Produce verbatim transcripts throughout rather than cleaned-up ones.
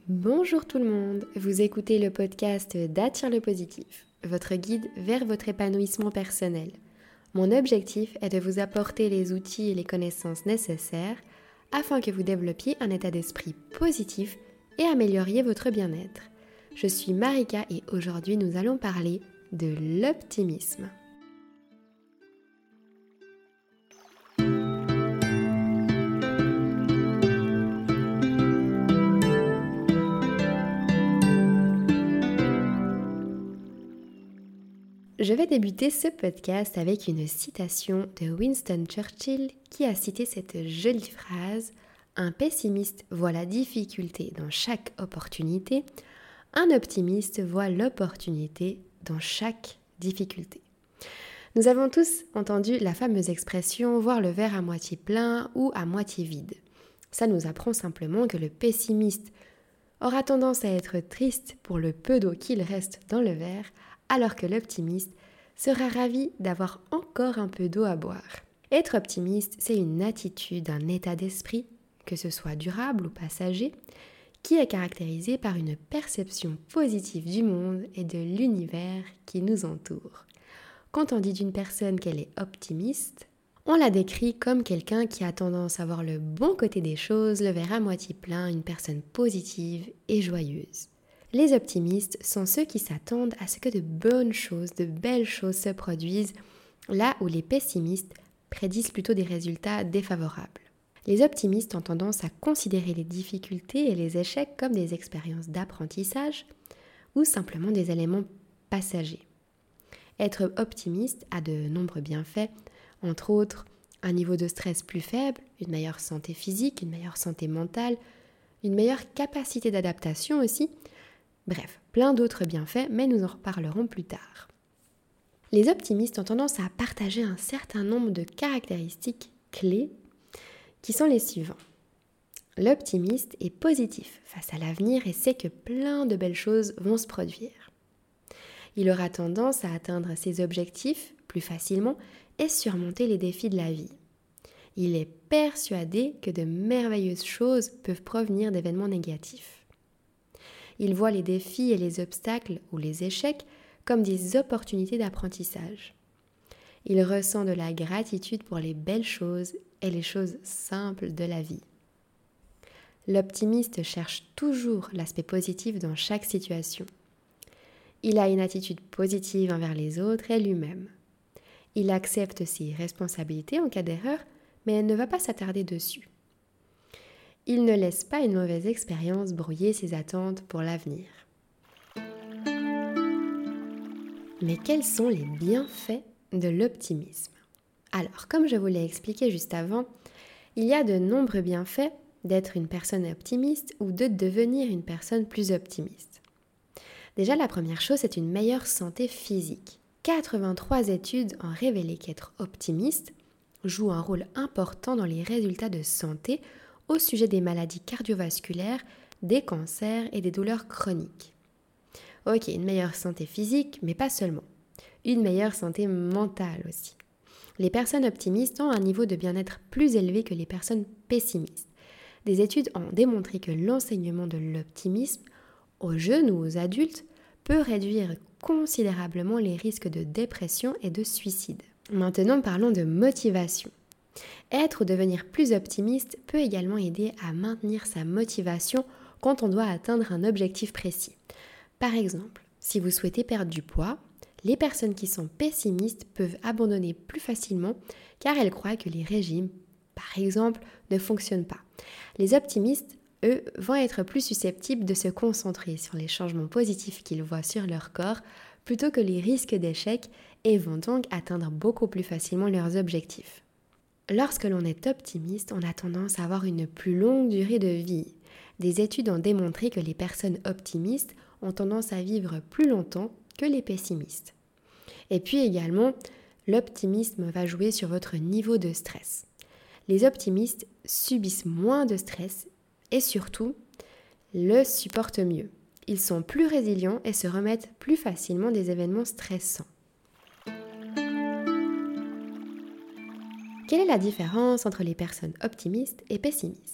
Bonjour tout le monde, vous écoutez le podcast d'Attire le positif, votre guide vers votre épanouissement personnel. Mon objectif est de vous apporter les outils et les connaissances nécessaires afin que vous développiez un état d'esprit positif et amélioriez votre bien-être. Je suis Marika et aujourd'hui nous allons parler de l'optimisme. Je vais débuter ce podcast avec une citation de Winston Churchill qui a cité cette jolie phrase « Un pessimiste voit la difficulté dans chaque opportunité, un optimiste voit l'opportunité dans chaque difficulté. » Nous avons tous entendu la fameuse expression « voir le verre à moitié plein ou à moitié vide ». Ça nous apprend simplement que le pessimiste aura tendance à être triste pour le peu d'eau qu'il reste dans le verre, alors que l'optimiste sera ravi d'avoir encore un peu d'eau à boire. Être optimiste, c'est une attitude, un état d'esprit, que ce soit durable ou passager, qui est caractérisé par une perception positive du monde et de l'univers qui nous entoure. Quand on dit d'une personne qu'elle est optimiste, on la décrit comme quelqu'un qui a tendance à voir le bon côté des choses, le verre à moitié plein, une personne positive et joyeuse. Les optimistes sont ceux qui s'attendent à ce que de bonnes choses, de belles choses se produisent, là où les pessimistes prédisent plutôt des résultats défavorables. Les optimistes ont tendance à considérer les difficultés et les échecs comme des expériences d'apprentissage ou simplement des éléments passagers. Être optimiste a de nombreux bienfaits, entre autres un niveau de stress plus faible, une meilleure santé physique, une meilleure santé mentale, une meilleure capacité d'adaptation aussi. Bref, plein d'autres bienfaits, mais nous en reparlerons plus tard. Les optimistes ont tendance à partager un certain nombre de caractéristiques clés qui sont les suivants. L'optimiste est positif face à l'avenir et sait que plein de belles choses vont se produire. Il aura tendance à atteindre ses objectifs plus facilement et surmonter les défis de la vie. Il est persuadé que de merveilleuses choses peuvent provenir d'événements négatifs. Il voit les défis et les obstacles ou les échecs comme des opportunités d'apprentissage. Il ressent de la gratitude pour les belles choses et les choses simples de la vie. L'optimiste cherche toujours l'aspect positif dans chaque situation. Il a une attitude positive envers les autres et lui-même. Il accepte ses responsabilités en cas d'erreur, mais ne va pas s'attarder dessus. Il ne laisse pas une mauvaise expérience brouiller ses attentes pour l'avenir. Mais quels sont les bienfaits de l'optimisme ? Alors, comme je vous l'ai expliqué juste avant, il y a de nombreux bienfaits d'être une personne optimiste ou de devenir une personne plus optimiste. Déjà, la première chose, c'est une meilleure santé physique. quatre-vingt-trois études ont révélé qu'être optimiste joue un rôle important dans les résultats de santé au sujet des maladies cardiovasculaires, des cancers et des douleurs chroniques. Ok, une meilleure santé physique, mais pas seulement. Une meilleure santé mentale aussi. Les personnes optimistes ont un niveau de bien-être plus élevé que les personnes pessimistes. Des études ont démontré que l'enseignement de l'optimisme aux jeunes ou aux adultes peut réduire considérablement les risques de dépression et de suicide. Maintenant, parlons de motivation. Être ou devenir plus optimiste peut également aider à maintenir sa motivation quand on doit atteindre un objectif précis. Par exemple, si vous souhaitez perdre du poids, les personnes qui sont pessimistes peuvent abandonner plus facilement car elles croient que les régimes, par exemple, ne fonctionnent pas. Les optimistes, eux, vont être plus susceptibles de se concentrer sur les changements positifs qu'ils voient sur leur corps plutôt que les risques d'échec et vont donc atteindre beaucoup plus facilement leurs objectifs. Lorsque l'on est optimiste, on a tendance à avoir une plus longue durée de vie. Des études ont démontré que les personnes optimistes ont tendance à vivre plus longtemps que les pessimistes. Et puis également, l'optimisme va jouer sur votre niveau de stress. Les optimistes subissent moins de stress et surtout, le supportent mieux. Ils sont plus résilients et se remettent plus facilement des événements stressants. Quelle est la différence entre les personnes optimistes et pessimistes ?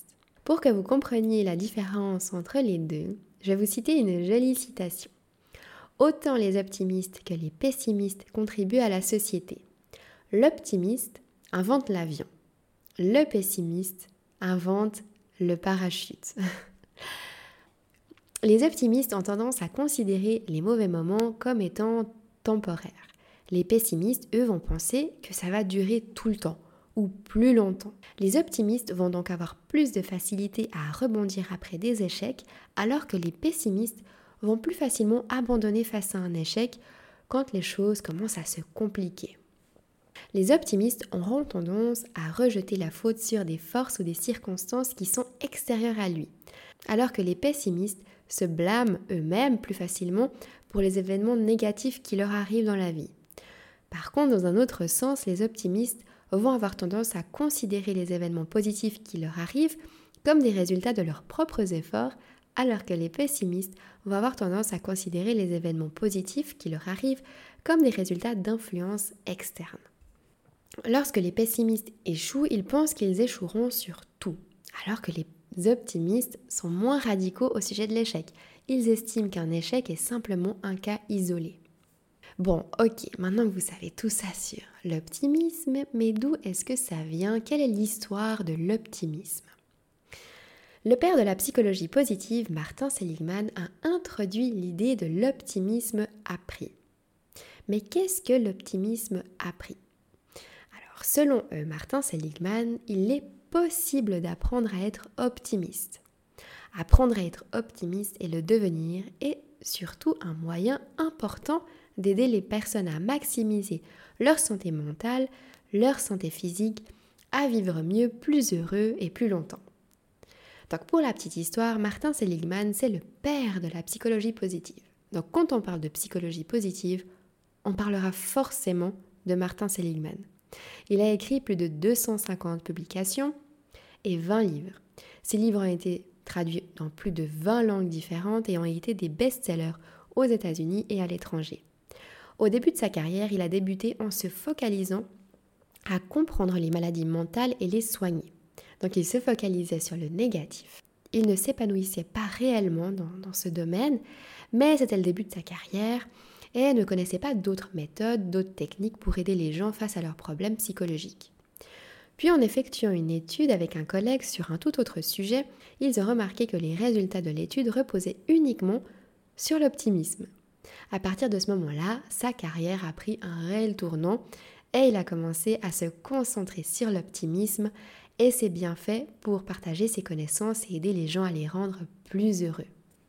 Pour que vous compreniez la différence entre les deux, je vais vous citer une jolie citation. Autant les optimistes que les pessimistes contribuent à la société. L'optimiste invente l'avion. Le pessimiste invente le parachute. Les optimistes ont tendance à considérer les mauvais moments comme étant temporaires. Les pessimistes, eux, vont penser que ça va durer tout le temps ou plus longtemps. Les optimistes vont donc avoir plus de facilité à rebondir après des échecs, alors que les pessimistes vont plus facilement abandonner face à un échec quand les choses commencent à se compliquer. Les optimistes auront tendance à rejeter la faute sur des forces ou des circonstances qui sont extérieures à lui, alors que les pessimistes se blâment eux-mêmes plus facilement pour les événements négatifs qui leur arrivent dans la vie. Par contre, dans un autre sens, les optimistes vont avoir tendance à considérer les événements positifs qui leur arrivent comme des résultats de leurs propres efforts, alors que les pessimistes vont avoir tendance à considérer les événements positifs qui leur arrivent comme des résultats d'influence externe. Lorsque les pessimistes échouent, ils pensent qu'ils échoueront sur tout, alors que les optimistes sont moins radicaux au sujet de l'échec. Ils estiment qu'un échec est simplement un cas isolé. Bon, ok, maintenant que vous savez tout ça sur l'optimisme, mais d'où est-ce que ça vient? Quelle est l'histoire de l'optimisme? Le père de la psychologie positive, Martin Seligman, a introduit l'idée de l'optimisme appris. Mais qu'est-ce que l'optimisme appris? Alors, selon eux, Martin Seligman, il est possible d'apprendre à être optimiste. Apprendre à être optimiste et le devenir est surtout un moyen important d'aider les personnes à maximiser leur santé mentale, leur santé physique, à vivre mieux, plus heureux et plus longtemps. Donc pour la petite histoire, Martin Seligman, c'est le père de la psychologie positive. Donc quand on parle de psychologie positive, on parlera forcément de Martin Seligman. Il a écrit plus de deux cent cinquante publications et vingt livres. Ces livres ont été traduits dans plus de vingt langues différentes et ont été des best-sellers aux États-Unis et à l'étranger. Au début de sa carrière, il a débuté en se focalisant à comprendre les maladies mentales et les soigner. Donc il se focalisait sur le négatif. Il ne s'épanouissait pas réellement dans, dans ce domaine, mais c'était le début de sa carrière et ne connaissait pas d'autres méthodes, d'autres techniques pour aider les gens face à leurs problèmes psychologiques. Puis en effectuant une étude avec un collègue sur un tout autre sujet, ils ont remarqué que les résultats de l'étude reposaient uniquement sur l'optimisme. À partir de ce moment-là, sa carrière a pris un réel tournant et il a commencé à se concentrer sur l'optimisme et ses bienfaits pour partager ses connaissances et aider les gens à les rendre plus heureux.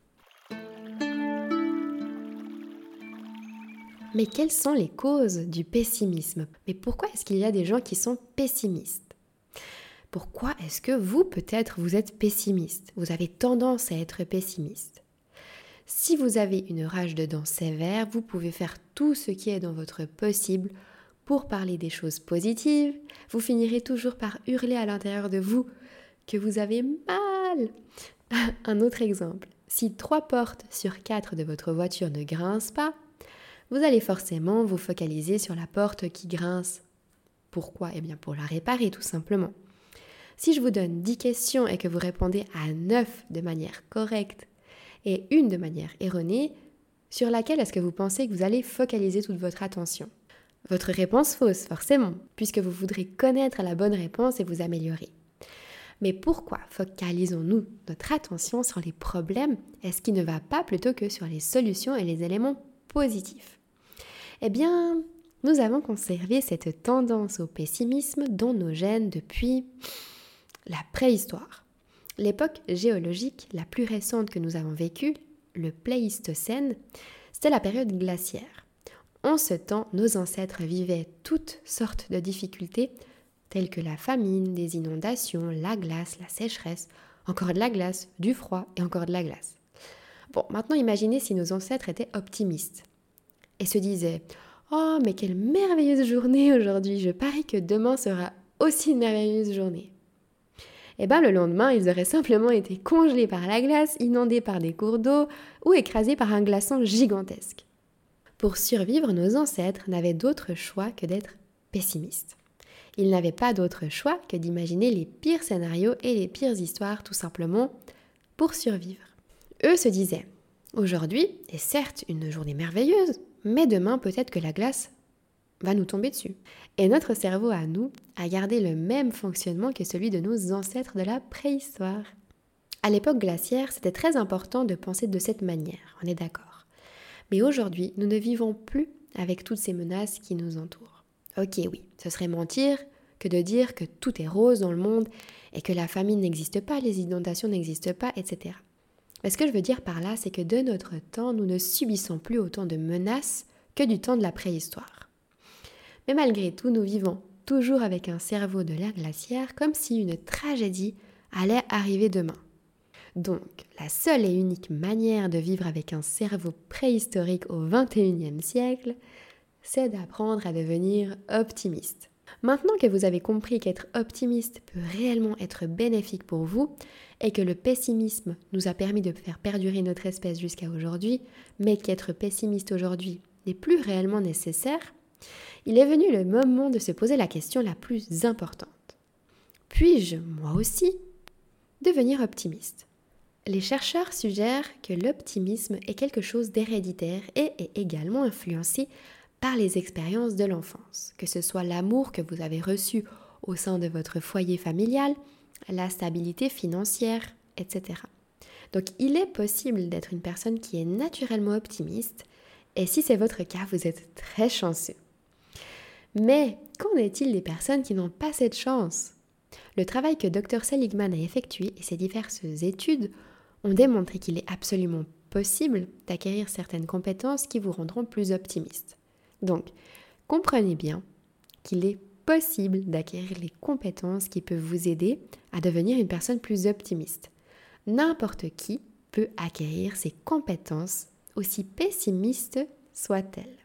Mais quelles sont les causes du pessimisme? Mais pourquoi est-ce qu'il y a des gens qui sont pessimistes? Pourquoi est-ce que vous, peut-être, vous êtes pessimiste? Vous avez tendance à être pessimiste. Si vous avez une rage de dents sévère, vous pouvez faire tout ce qui est dans votre possible pour parler des choses positives. Vous finirez toujours par hurler à l'intérieur de vous que vous avez mal. Un autre exemple, si trois portes sur quatre de votre voiture ne grincent pas, vous allez forcément vous focaliser sur la porte qui grince. Pourquoi? Eh bien pour la réparer tout simplement. Si je vous donne dix questions et que vous répondez à neuf de manière correcte et une de manière erronée, sur laquelle est-ce que vous pensez que vous allez focaliser toute votre attention? Votre réponse fausse, forcément, puisque vous voudrez connaître la bonne réponse et vous améliorer. Mais pourquoi focalisons-nous notre attention sur les problèmes? Est-ce qu'il ne va pas plutôt que sur les solutions et les éléments positifs? Eh bien, nous avons conservé cette tendance au pessimisme dans nos gènes depuis la préhistoire. L'époque géologique la plus récente que nous avons vécue, le Pléistocène, c'était la période glaciaire. En ce temps, nos ancêtres vivaient toutes sortes de difficultés, telles que la famine, des inondations, la glace, la sécheresse, encore de la glace, du froid et encore de la glace. Bon, maintenant imaginez si nos ancêtres étaient optimistes et se disaient « Oh, mais quelle merveilleuse journée aujourd'hui, je parie que demain sera aussi une merveilleuse journée. » Eh bien, le lendemain, ils auraient simplement été congelés par la glace, inondés par des cours d'eau ou écrasés par un glaçon gigantesque. Pour survivre, nos ancêtres n'avaient d'autre choix que d'être pessimistes. Ils n'avaient pas d'autre choix que d'imaginer les pires scénarios et les pires histoires tout simplement pour survivre. Eux se disaient, aujourd'hui est certes une journée merveilleuse, mais demain peut-être que la glace va nous tomber dessus. Et notre cerveau à nous a gardé le même fonctionnement que celui de nos ancêtres de la préhistoire. À l'époque glaciaire, c'était très important de penser de cette manière, on est d'accord. Mais aujourd'hui, nous ne vivons plus avec toutes ces menaces qui nous entourent. Ok, oui, ce serait mentir que de dire que tout est rose dans le monde et que la famine n'existe pas, les inondations n'existent pas, et cetera. Mais ce que je veux dire par là, c'est que de notre temps, nous ne subissons plus autant de menaces que du temps de la préhistoire. Mais malgré tout, nous vivons toujours avec un cerveau de l'ère glaciaire, comme si une tragédie allait arriver demain. Donc, la seule et unique manière de vivre avec un cerveau préhistorique au vingt et unième siècle, c'est d'apprendre à devenir optimiste. Maintenant que vous avez compris qu'être optimiste peut réellement être bénéfique pour vous et que le pessimisme nous a permis de faire perdurer notre espèce jusqu'à aujourd'hui, mais qu'être pessimiste aujourd'hui n'est plus réellement nécessaire, il est venu le moment de se poser la question la plus importante. Puis-je, moi aussi, devenir optimiste ? Les chercheurs suggèrent que l'optimisme est quelque chose d'héréditaire et est également influencé par les expériences de l'enfance, que ce soit l'amour que vous avez reçu au sein de votre foyer familial, la stabilité financière, et cetera. Donc il est possible d'être une personne qui est naturellement optimiste, et si c'est votre cas, vous êtes très chanceux. Mais qu'en est-il des personnes qui n'ont pas cette chance ? Le travail que docteur Seligman a effectué et ses diverses études ont démontré qu'il est absolument possible d'acquérir certaines compétences qui vous rendront plus optimiste. Donc, comprenez bien qu'il est possible d'acquérir les compétences qui peuvent vous aider à devenir une personne plus optimiste. N'importe qui peut acquérir ces compétences, aussi pessimistes soient-elles.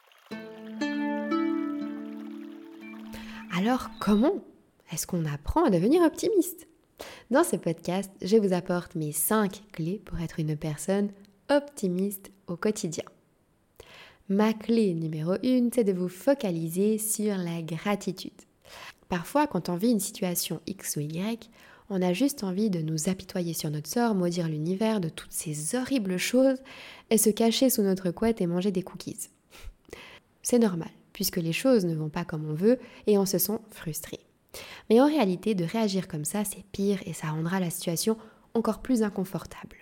Alors, comment est-ce qu'on apprend à devenir optimiste ? Dans ce podcast, je vous apporte mes cinq clés pour être une personne optimiste au quotidien. Ma clé numéro une, c'est de vous focaliser sur la gratitude. Parfois, quand on vit une situation X ou Y, on a juste envie de nous apitoyer sur notre sort, maudire l'univers de toutes ces horribles choses et se cacher sous notre couette et manger des cookies. C'est normal, puisque les choses ne vont pas comme on veut et on se sent frustré. Mais en réalité, de réagir comme ça, c'est pire et ça rendra la situation encore plus inconfortable.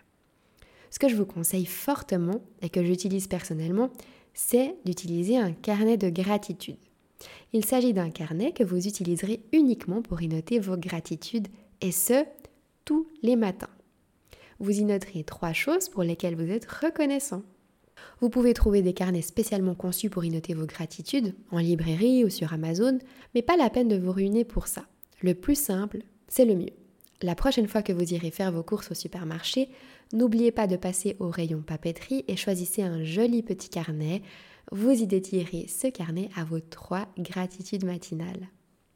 Ce que je vous conseille fortement et que j'utilise personnellement, c'est d'utiliser un carnet de gratitude. Il s'agit d'un carnet que vous utiliserez uniquement pour y noter vos gratitudes et ce, tous les matins. Vous y noterez trois choses pour lesquelles vous êtes reconnaissant. Vous pouvez trouver des carnets spécialement conçus pour y noter vos gratitudes, en librairie ou sur Amazon, mais pas la peine de vous ruiner pour ça. Le plus simple, c'est le mieux. La prochaine fois que vous irez faire vos courses au supermarché, n'oubliez pas de passer au rayon papeterie et choisissez un joli petit carnet. Vous y dédierez ce carnet à vos trois gratitudes matinales.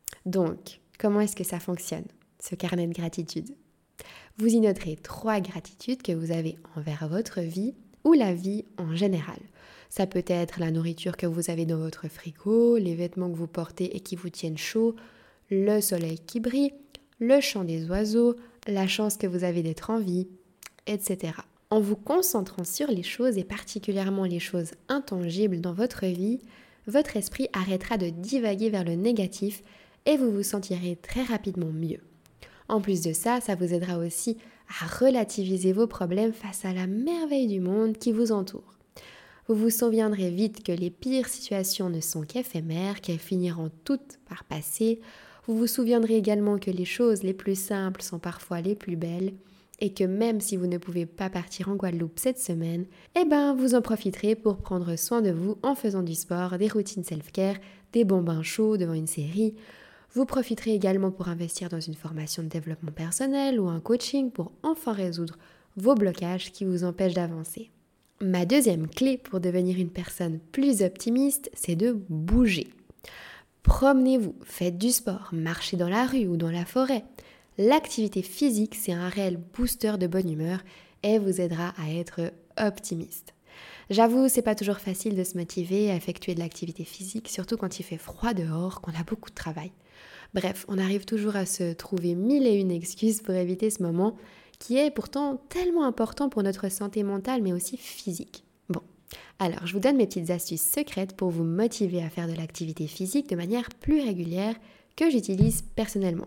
Donc, comment est-ce que ça fonctionne, ce carnet de gratitude ? Vous y noterez trois gratitudes que vous avez envers votre vie ou la vie en général. Ça peut être la nourriture que vous avez dans votre frigo, les vêtements que vous portez et qui vous tiennent chaud, le soleil qui brille, le chant des oiseaux, la chance que vous avez d'être en vie, et cetera. En vous concentrant sur les choses et particulièrement les choses intangibles dans votre vie, votre esprit arrêtera de divaguer vers le négatif et vous vous sentirez très rapidement mieux. En plus de ça, ça vous aidera aussi à relativiser vos problèmes face à la merveille du monde qui vous entoure. Vous vous souviendrez vite que les pires situations ne sont qu'éphémères, qu'elles finiront toutes par passer. Vous vous souviendrez également que les choses les plus simples sont parfois les plus belles et que même si vous ne pouvez pas partir en Guadeloupe cette semaine, eh ben vous en profiterez pour prendre soin de vous en faisant du sport, des routines self-care, des bons bains chauds devant une série. Vous profiterez également pour investir dans une formation de développement personnel ou un coaching pour enfin résoudre vos blocages qui vous empêchent d'avancer. Ma deuxième clé pour devenir une personne plus optimiste, c'est de bouger. Promenez-vous, faites du sport, marchez dans la rue ou dans la forêt. L'activité physique, c'est un réel booster de bonne humeur et vous aidera à être optimiste. J'avoue, c'est pas toujours facile de se motiver à effectuer de l'activité physique, surtout quand il fait froid dehors, qu'on a beaucoup de travail. Bref, on arrive toujours à se trouver mille et une excuses pour éviter ce moment qui est pourtant tellement important pour notre santé mentale mais aussi physique. Bon, alors je vous donne mes petites astuces secrètes pour vous motiver à faire de l'activité physique de manière plus régulière que j'utilise personnellement.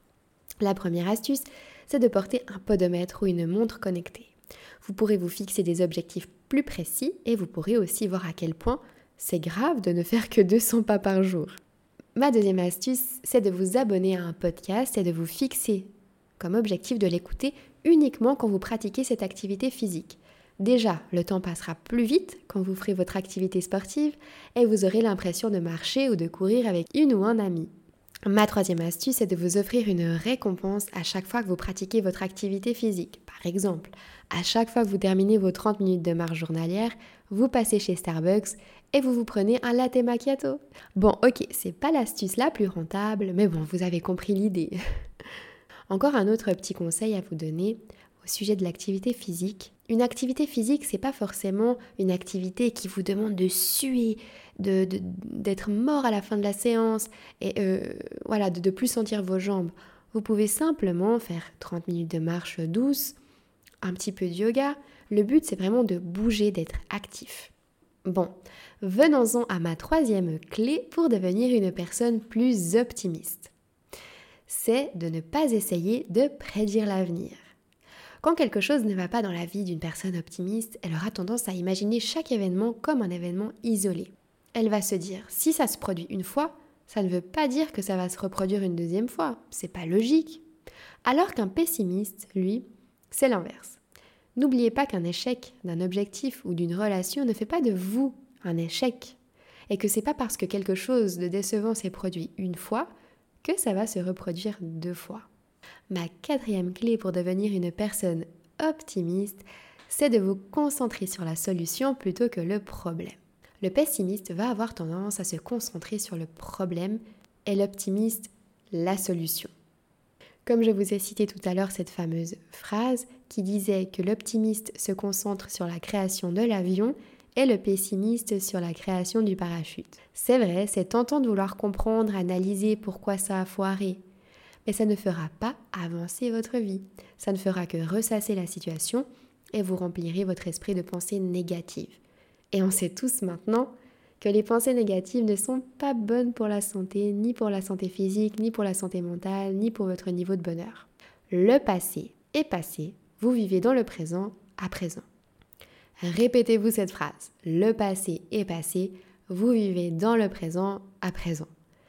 La première astuce, c'est de porter un podomètre ou une montre connectée. Vous pourrez vous fixer des objectifs plus précis et vous pourrez aussi voir à quel point c'est grave de ne faire que deux cents pas par jour. Ma deuxième astuce, c'est de vous abonner à un podcast et de vous fixer comme objectif de l'écouter uniquement quand vous pratiquez cette activité physique. Déjà, le temps passera plus vite quand vous ferez votre activité sportive et vous aurez l'impression de marcher ou de courir avec une ou un ami. Ma troisième astuce est de vous offrir une récompense à chaque fois que vous pratiquez votre activité physique. Par exemple, à chaque fois que vous terminez vos trente minutes de marche journalière, vous passez chez Starbucks et vous vous prenez un latte macchiato. Bon, ok, c'est pas l'astuce la plus rentable, mais bon, vous avez compris l'idée. Encore un autre petit conseil à vous donner au sujet de l'activité physique. Une activité physique, c'est pas forcément une activité qui vous demande de suer, de, de, d'être mort à la fin de la séance et euh, voilà, de ne plus sentir vos jambes. Vous pouvez simplement faire trente minutes de marche douce, un petit peu de yoga. Le but, c'est vraiment de bouger, d'être actif. Bon, venons-en à ma troisième clé pour devenir une personne plus optimiste. C'est de ne pas essayer de prédire l'avenir. Quand quelque chose ne va pas dans la vie d'une personne optimiste, elle aura tendance à imaginer chaque événement comme un événement isolé. Elle va se dire, si ça se produit une fois, ça ne veut pas dire que ça va se reproduire une deuxième fois. C'est pas logique. Alors qu'un pessimiste, lui, c'est l'inverse. N'oubliez pas qu'un échec d'un objectif ou d'une relation ne fait pas de vous un échec. Et que c'est pas parce que quelque chose de décevant s'est produit une fois que ça va se reproduire deux fois. Ma quatrième clé pour devenir une personne optimiste, c'est de vous concentrer sur la solution plutôt que le problème. Le pessimiste va avoir tendance à se concentrer sur le problème et l'optimiste, la solution. Comme je vous ai cité tout à l'heure cette fameuse phrase qui disait que l'optimiste se concentre sur la création de l'avion et le pessimiste sur la création du parachute. C'est vrai, c'est tentant de vouloir comprendre, analyser pourquoi ça a foiré. Mais ça ne fera pas avancer votre vie. Ça ne fera que ressasser la situation et vous remplirez votre esprit de pensées négatives. Et on sait tous maintenant que les pensées négatives ne sont pas bonnes pour la santé, ni pour la santé physique, ni pour la santé mentale, ni pour votre niveau de bonheur. Le passé est passé, vous vivez dans le présent à présent. Répétez-vous cette phrase. Le passé est passé, vous vivez dans le présent à présent.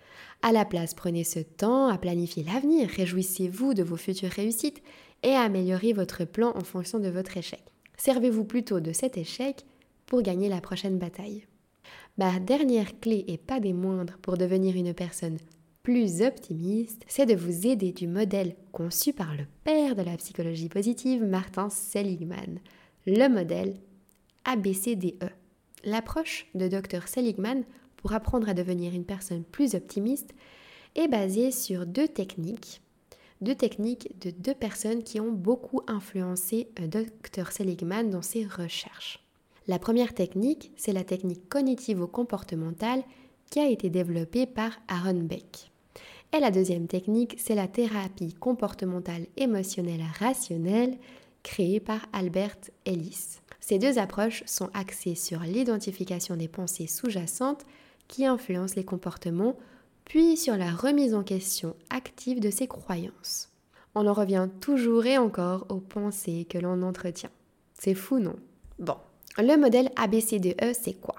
À la place, prenez ce temps à planifier l'avenir, réjouissez-vous de vos futures réussites et améliorez votre plan en fonction de votre échec. Servez-vous plutôt de cet échec pour gagner la prochaine bataille. Ma dernière clé, et pas des moindres, pour devenir une personne plus optimiste, c'est de vous aider du modèle conçu par le père de la psychologie positive, Martin Seligman, le modèle A B C D E. L'approche de docteur Seligman pour apprendre à devenir une personne plus optimiste est basée sur deux techniques, deux techniques de deux personnes qui ont beaucoup influencé docteur Seligman dans ses recherches. La première technique, c'est la technique cognitivo-comportementale qui a été développée par Aaron Beck. Et la deuxième technique, c'est la thérapie comportementale émotionnelle rationnelle créée par Albert Ellis. Ces deux approches sont axées sur l'identification des pensées sous-jacentes qui influencent les comportements, puis sur la remise en question active de ces croyances. On en revient toujours et encore aux pensées que l'on entretient. C'est fou, non? Bon, le modèle A B C D E, c'est quoi?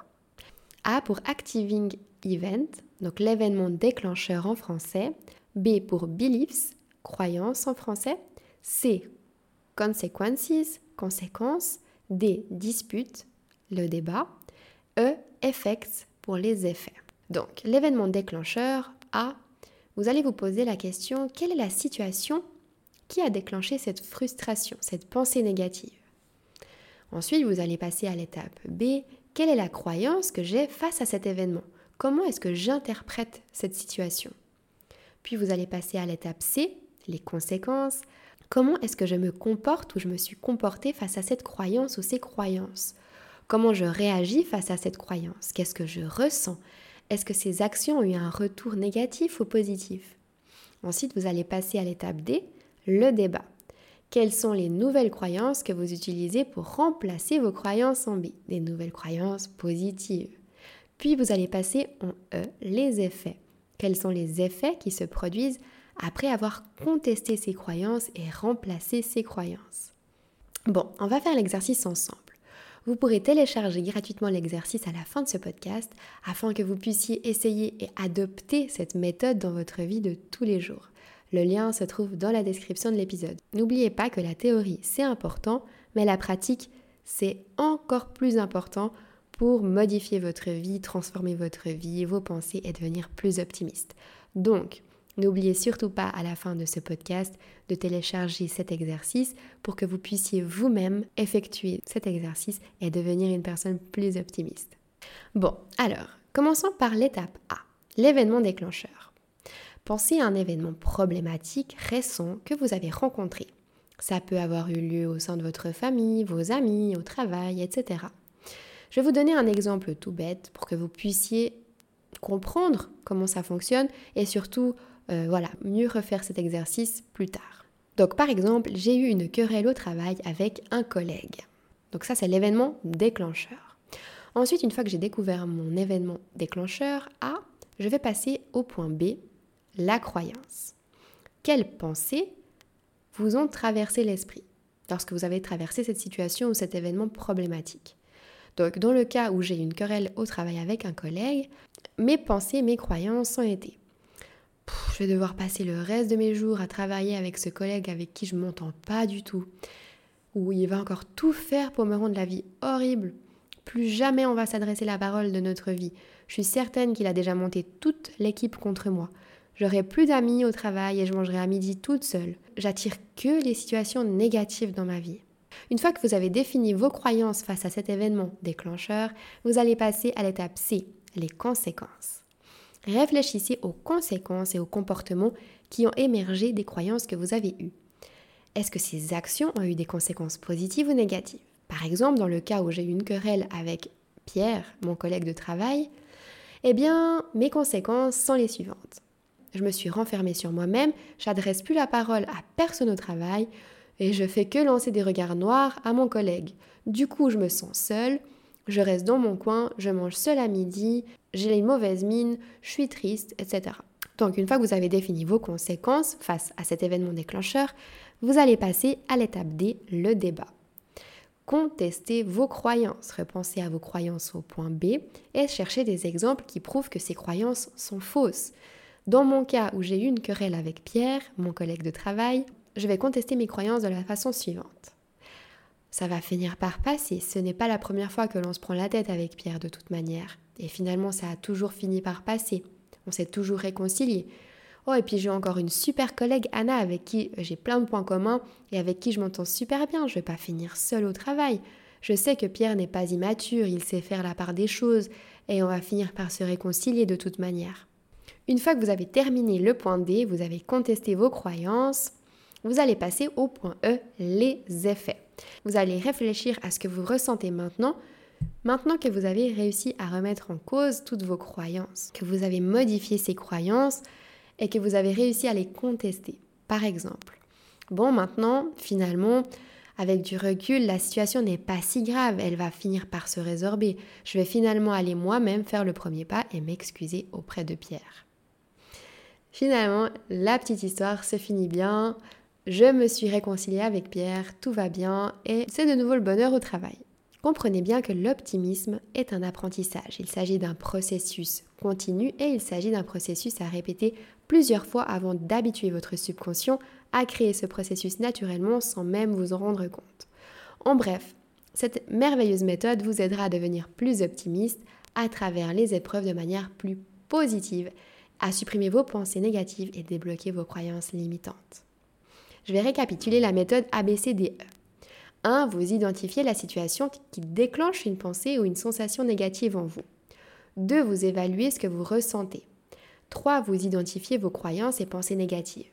A pour Activating Event, donc l'événement déclencheur en français. B pour Beliefs, croyances en français. C, Consequences, conséquences. D, Dispute, le débat. E, Effects, pour les effets. Donc, l'événement déclencheur, A, vous allez vous poser la question, quelle est la situation qui a déclenché cette frustration, cette pensée négative? Ensuite, vous allez passer à l'étape B, quelle est la croyance que j'ai face à cet événement? Comment est-ce que j'interprète cette situation? Puis vous allez passer à l'étape C, les conséquences. Comment est-ce que je me comporte ou je me suis comportée face à cette croyance ou ces croyances? Comment je réagis face à cette croyance? Qu'est-ce que je ressens? Est-ce que ces actions ont eu un retour négatif ou positif? Ensuite, vous allez passer à l'étape D, le débat. Quelles sont les nouvelles croyances que vous utilisez pour remplacer vos croyances en B? Des nouvelles croyances positives. Puis vous allez passer en E, les effets. Quels sont les effets qui se produisent après avoir contesté ces croyances et remplacé ces croyances? Bon, on va faire l'exercice ensemble. Vous pourrez télécharger gratuitement l'exercice à la fin de ce podcast afin que vous puissiez essayer et adopter cette méthode dans votre vie de tous les jours. Le lien se trouve dans la description de l'épisode. N'oubliez pas que la théorie, c'est important, mais la pratique, c'est encore plus important pour modifier votre vie, transformer votre vie, vos pensées et devenir plus optimiste. Donc, n'oubliez surtout pas à la fin de ce podcast de télécharger cet exercice pour que vous puissiez vous-même effectuer cet exercice et devenir une personne plus optimiste. Bon, alors, commençons par l'étape A, l'événement déclencheur. Pensez à un événement problématique récent que vous avez rencontré. Ça peut avoir eu lieu au sein de votre famille, vos amis, au travail, et cetera. Je vais vous donner un exemple tout bête pour que vous puissiez comprendre comment ça fonctionne et surtout Euh, voilà, mieux refaire cet exercice plus tard. Donc par exemple, j'ai eu une querelle au travail avec un collègue. Donc ça, c'est l'événement déclencheur. Ensuite, une fois que j'ai découvert mon événement déclencheur A, je vais passer au point B, la croyance. Quelles pensées vous ont traversé l'esprit lorsque vous avez traversé cette situation ou cet événement problématique? Donc dans le cas où j'ai eu une querelle au travail avec un collègue, mes pensées, mes croyances ont été: je vais devoir passer le reste de mes jours à travailler avec ce collègue avec qui je ne m'entends pas du tout, où il va encore tout faire pour me rendre la vie horrible. Plus jamais on va s'adresser la parole de notre vie. Je suis certaine qu'il a déjà monté toute l'équipe contre moi. J'aurai plus d'amis au travail et je mangerai à midi toute seule. J'attire que les situations négatives dans ma vie. Une fois que vous avez défini vos croyances face à cet événement déclencheur, vous allez passer à l'étape C, les conséquences. Réfléchissez aux conséquences et aux comportements qui ont émergé des croyances que vous avez eues. Est-ce que ces actions ont eu des conséquences positives ou négatives? Par exemple, dans le cas où j'ai eu une querelle avec Pierre, mon collègue de travail, eh bien, mes conséquences sont les suivantes. Je me suis renfermée sur moi-même, j'adresse plus la parole à personne au travail et je fais que lancer des regards noirs à mon collègue. Du coup, je me sens seule. Je reste dans mon coin, je mange seule à midi, j'ai une mauvaise mine, je suis triste, et cetera. Donc une fois que vous avez défini vos conséquences face à cet événement déclencheur, vous allez passer à l'étape D, le débat. Contestez vos croyances, repensez à vos croyances au point B et cherchez des exemples qui prouvent que ces croyances sont fausses. Dans mon cas où j'ai eu une querelle avec Pierre, mon collègue de travail, je vais contester mes croyances de la façon suivante. Ça va finir par passer, ce n'est pas la première fois que l'on se prend la tête avec Pierre de toute manière. Et finalement, ça a toujours fini par passer. On s'est toujours réconciliés. Oh, et puis j'ai encore une super collègue, Anna, avec qui j'ai plein de points communs et avec qui je m'entends super bien. Je ne vais pas finir seule au travail. Je sais que Pierre n'est pas immature, il sait faire la part des choses et on va finir par se réconcilier de toute manière. Une fois que vous avez terminé le point D, vous avez contesté vos croyances, vous allez passer au point E, les effets. Vous allez réfléchir à ce que vous ressentez maintenant, maintenant que vous avez réussi à remettre en cause toutes vos croyances, que vous avez modifié ces croyances et que vous avez réussi à les contester. Par exemple, bon maintenant, finalement, avec du recul, la situation n'est pas si grave, elle va finir par se résorber. Je vais finalement aller moi-même faire le premier pas et m'excuser auprès de Pierre. Finalement, la petite histoire se finit bien. Je me suis réconciliée avec Pierre, tout va bien et c'est de nouveau le bonheur au travail. Comprenez bien que l'optimisme est un apprentissage. Il s'agit d'un processus continu et il s'agit d'un processus à répéter plusieurs fois avant d'habituer votre subconscient à créer ce processus naturellement sans même vous en rendre compte. En bref, cette merveilleuse méthode vous aidera à devenir plus optimiste à travers les épreuves de manière plus positive, à supprimer vos pensées négatives et débloquer vos croyances limitantes. Je vais récapituler la méthode A B C D E. un. Vous identifiez la situation qui déclenche une pensée ou une sensation négative en vous. deux. Vous évaluez ce que vous ressentez. trois. Vous identifiez vos croyances et pensées négatives.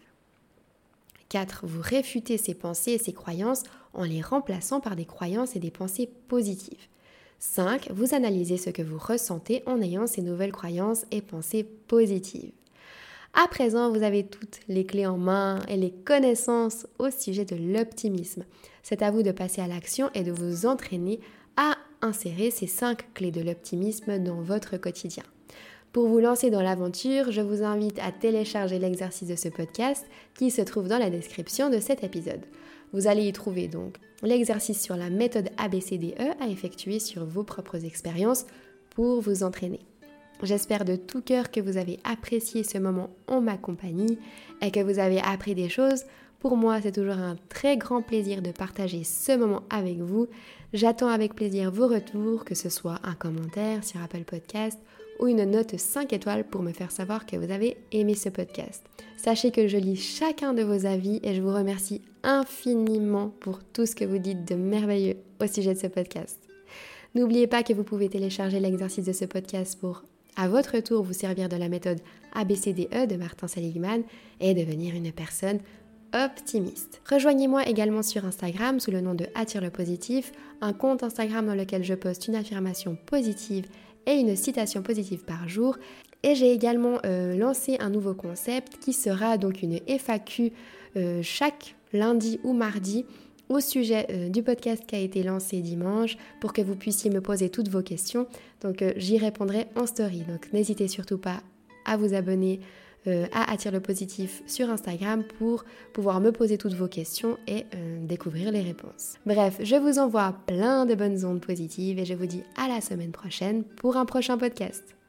quatre. Vous réfutez ces pensées et ces croyances en les remplaçant par des croyances et des pensées positives. cinq. Vous analysez ce que vous ressentez en ayant ces nouvelles croyances et pensées positives. À présent, vous avez toutes les clés en main et les connaissances au sujet de l'optimisme. C'est à vous de passer à l'action et de vous entraîner à insérer ces cinq clés de l'optimisme dans votre quotidien. Pour vous lancer dans l'aventure, je vous invite à télécharger l'exercice de ce podcast qui se trouve dans la description de cet épisode. Vous allez y trouver donc l'exercice sur la méthode A B C D E à effectuer sur vos propres expériences pour vous entraîner. J'espère de tout cœur que vous avez apprécié ce moment en ma compagnie et que vous avez appris des choses. Pour moi, c'est toujours un très grand plaisir de partager ce moment avec vous. J'attends avec plaisir vos retours, que ce soit un commentaire sur Apple Podcast ou une note cinq étoiles pour me faire savoir que vous avez aimé ce podcast. Sachez que je lis chacun de vos avis et je vous remercie infiniment pour tout ce que vous dites de merveilleux au sujet de ce podcast. N'oubliez pas que vous pouvez télécharger l'exercice de ce podcast pour à votre tour vous servir de la méthode A B C D E de Martin Seligman et devenir une personne optimiste. Rejoignez-moi également sur Instagram sous le nom de Attire le positif, un compte Instagram dans lequel je poste une affirmation positive et une citation positive par jour. Et j'ai également euh, lancé un nouveau concept qui sera donc une F A Q euh, chaque lundi ou mardi au sujet euh, du podcast qui a été lancé dimanche pour que vous puissiez me poser toutes vos questions. Donc euh, j'y répondrai en story. Donc n'hésitez surtout pas à vous abonner euh, à Attire le positif sur Instagram pour pouvoir me poser toutes vos questions et euh, découvrir les réponses. Bref, je vous envoie plein de bonnes ondes positives et je vous dis à la semaine prochaine pour un prochain podcast.